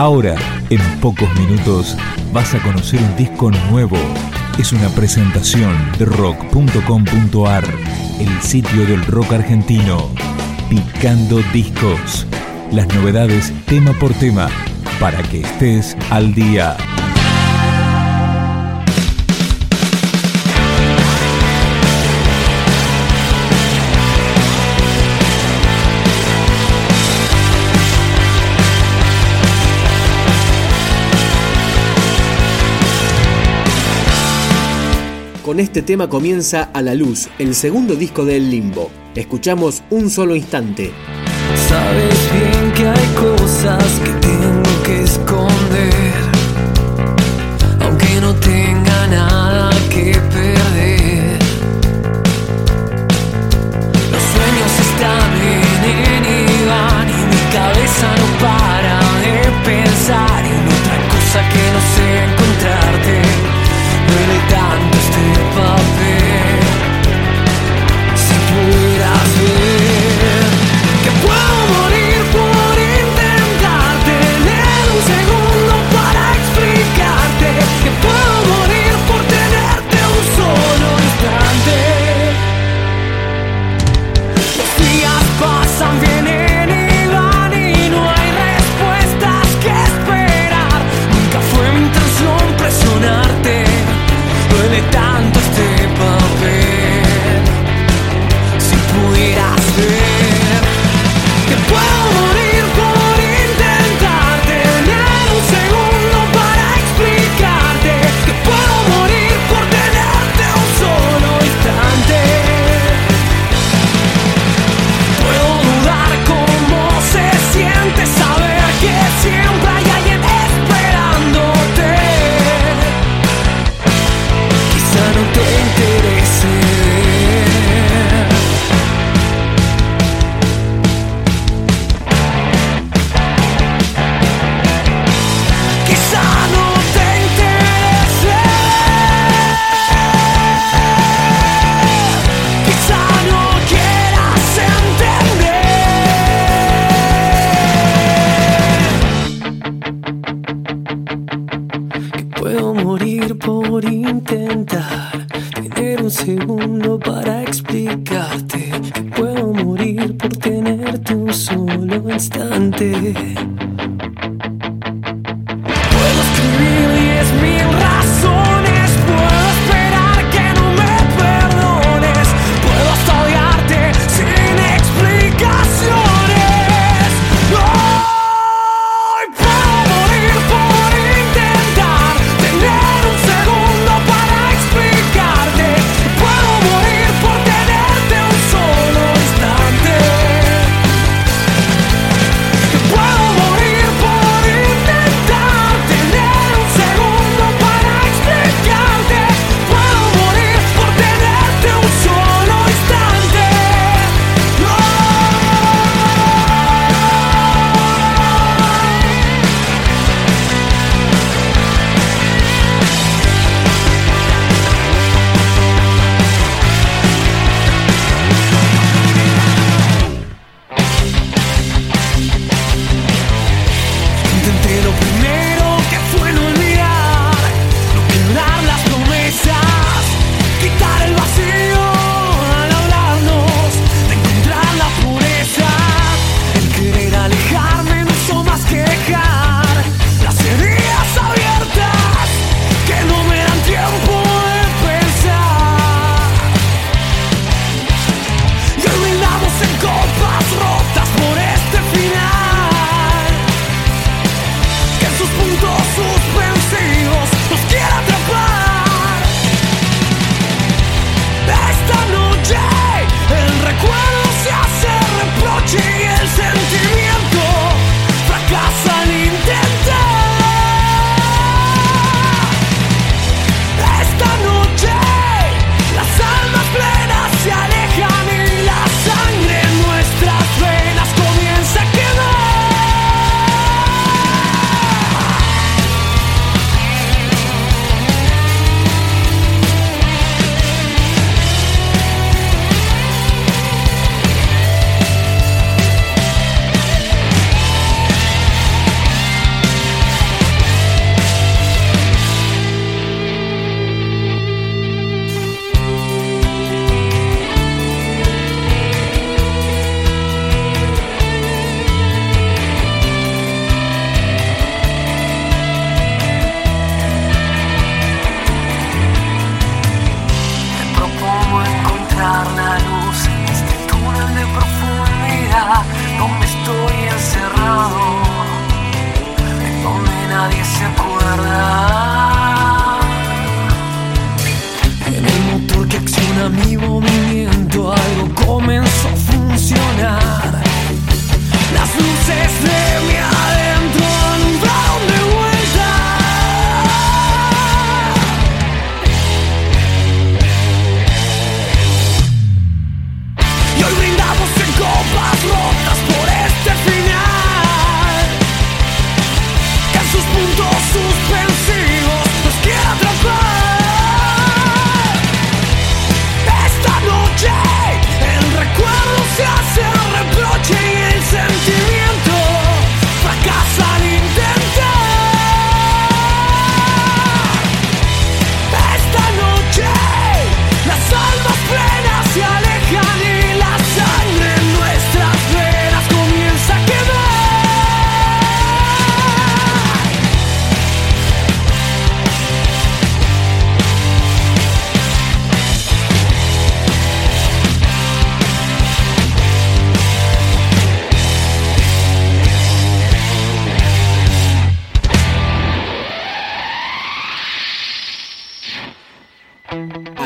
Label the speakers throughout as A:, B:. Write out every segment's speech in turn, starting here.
A: Ahora, en pocos minutos, vas a conocer un disco nuevo. Es una presentación de rock.com.ar, el sitio del rock argentino. Picando discos. Las novedades tema por tema, para que estés al día.
B: Con este tema comienza A la Luz, el segundo disco de El Limbo. Escuchamos Un Solo Instante.
C: Sabes bien que hay cosas que tengo que esconder, aunque no tenga nada que perder. Los sueños están vienen y van, y mi cabeza no para de pensar en otra cosa que no sea encontrarte. Duele tanto este papel, si pudieras ver que puedo morir por intentar tener un segundo para explicarte, que puedo morir por tenerte un solo instante. Los días pasan, vienen y van, y no hay respuestas que esperar. Nunca fue mi intención presionarte. Duele tanto este papel, si pudieras ver que puedo morir por intentar tener un segundo para explicarte, que puedo morir por tenerte un solo instante. Puedo dudar cómo se siente saber que siempre hay alguien esperándote. Quizá no te interese ver. Quizá no te interese. Quizá no quieras entender que puedo morir por intentar tener un segundo para explicarte, que puedo morir por tenerte un solo instante. Puedo escribir 10.000 razones, puedo esperar que no me perdones, puedo hasta odiarte sin explicaciones. Hoy puedo morir por intentar tener un segundo para explicarte, puedo morir por tenerte un solo instante, puedo morir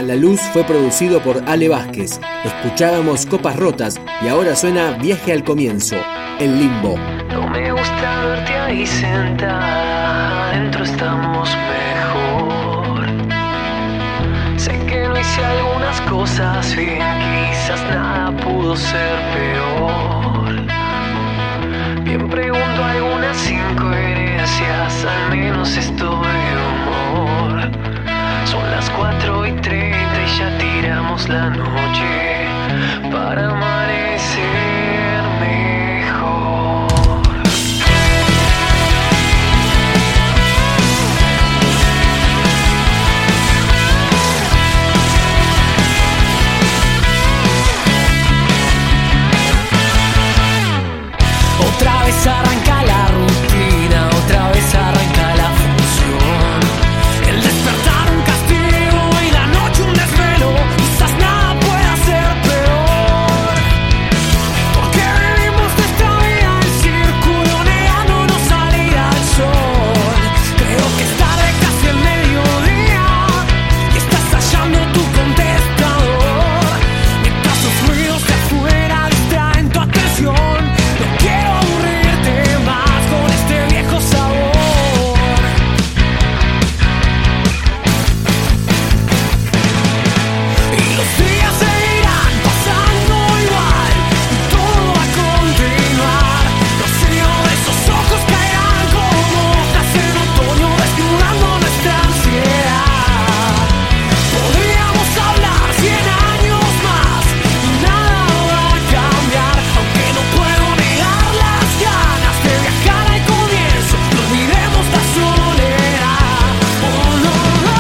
B: la Luz fue producido por Ale Vázquez. Escuchábamos Copas Rotas y ahora suena Viaje al Comienzo, El Limbo.
C: No me gusta verte ahí sentada, adentro estamos mejor. Sé que no hice algunas cosas bien, quizás nada pudo ser peor. Bien pregunto algunas incoherencias, al menos estoy de humor. Son las 4:30 y ya tiramos la noche para amanecer mejor. Otra vez arranca la rutina, otra vez arranca la función. El despertar un castigo y la noche un desvelo, quizás nada pueda ser peor. Porque vivimos nuestra vida en círculo, negándonos salir al sol. Creo que es tarde, casi el mediodía, y estás hallando tu contestador. Mientras los ruidos de afuera distraen tu atención, no quiero aburrirte más con este viejo sabor. Y los días seguirán pasando igual, y todo va a continuar. Los ríos de esos ojos caerán como hojas en otoño, desnudando nuestra ansiedad. Podríamos hablar 100 años más y nada va a cambiar, aunque no puedo negar las ganas de viajar al comienzo. No olvidemos la soledad. Oh no, no.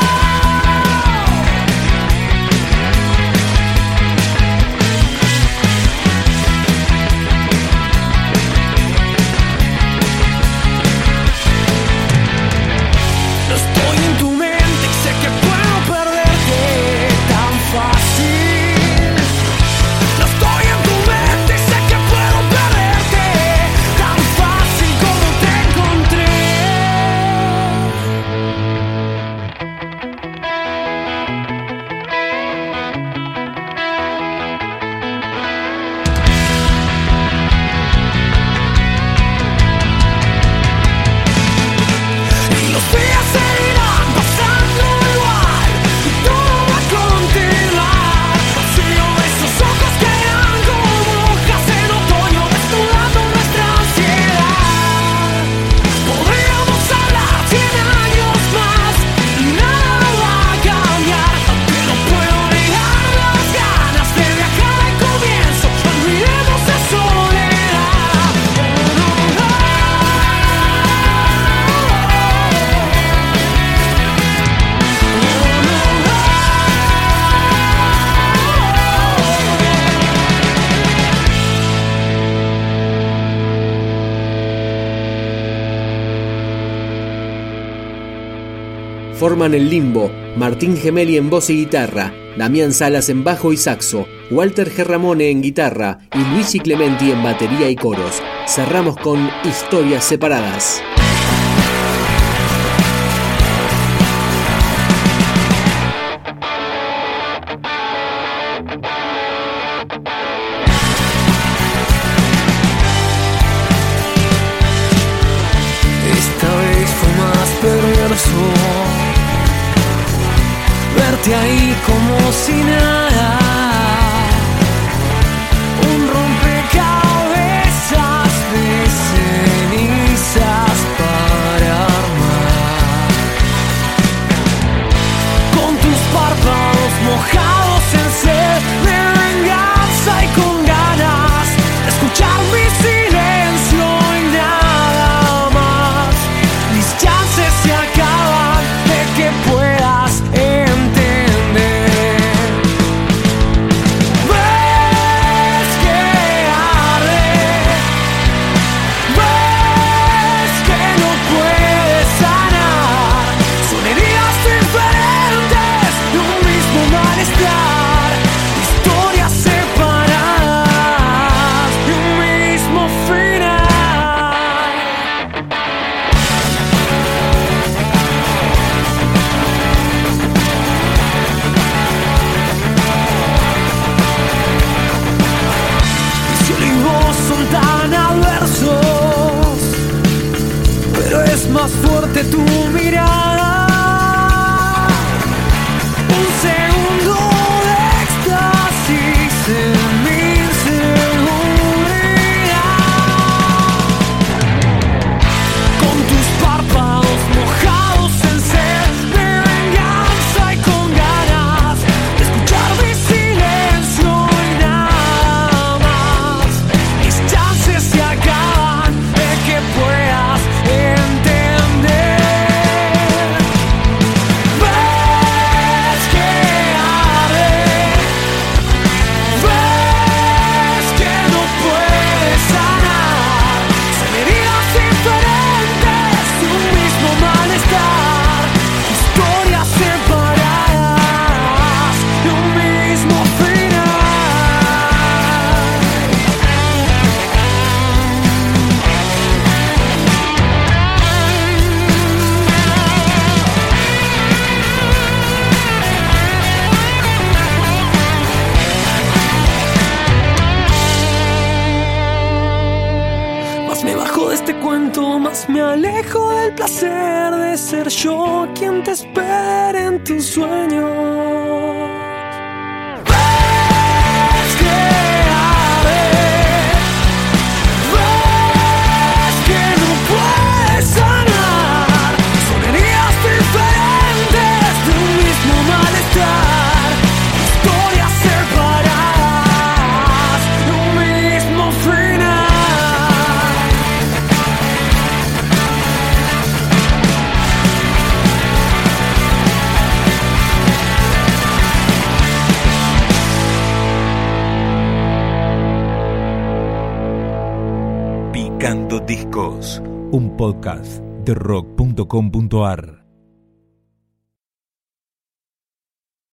C: No estoy en tu mente y sé que puedo perderte tan fácil. No estoy en tu mente y sé que puedo perderte tan fácil como te encontré. Y los días seguirán pasando igual, y todo va a continuar. Los ríos de esos ojos caerán como hojas en otoño, desnudando nuestra ansiedad. Podríamos hablar 100 años más y nada va a cambiar, aunque no puedo negar las ganas de viajar al comienzo. No olvidemos la soledad. Oh, no, no.
B: Forman El Limbo Martín Gemelli en voz y guitarra, Damián Salas en bajo y saxo, Walter Gerramone en guitarra y Luigi Clementi en batería y coros. Cerramos con Historias Separadas.
C: Esta vez fue más perverso verte ahí como si nada. Un rompecabezas de cenizas para armar, con tus párpados mojados en sed de venganza y con ganas de escuchar mi silencio y nada más. Mis chances se acaban de que puedas entender. vez más fuerte tu mirada. Un segundo de éxtasis en mi inseguridad. Con tus párpados mojados en sed de venganza y con ganas de escuchar mi silencio y nada más. Mis chances se acaban de que puedas entender. Ves que arde, ves que no puedes sanar. Son heridas diferentes de un mismo malestar, historias separadas de un mismo Más me bajo de este cuento, más me alejo del placer de ser yo quien te espere en tus sueños. Ves que arde, ves que no puedes sanar. Son heridas diferentes de un mismo malestar, historias separadas de un mismo final.
A: Picando Discos, un podcast de rock.com.ar.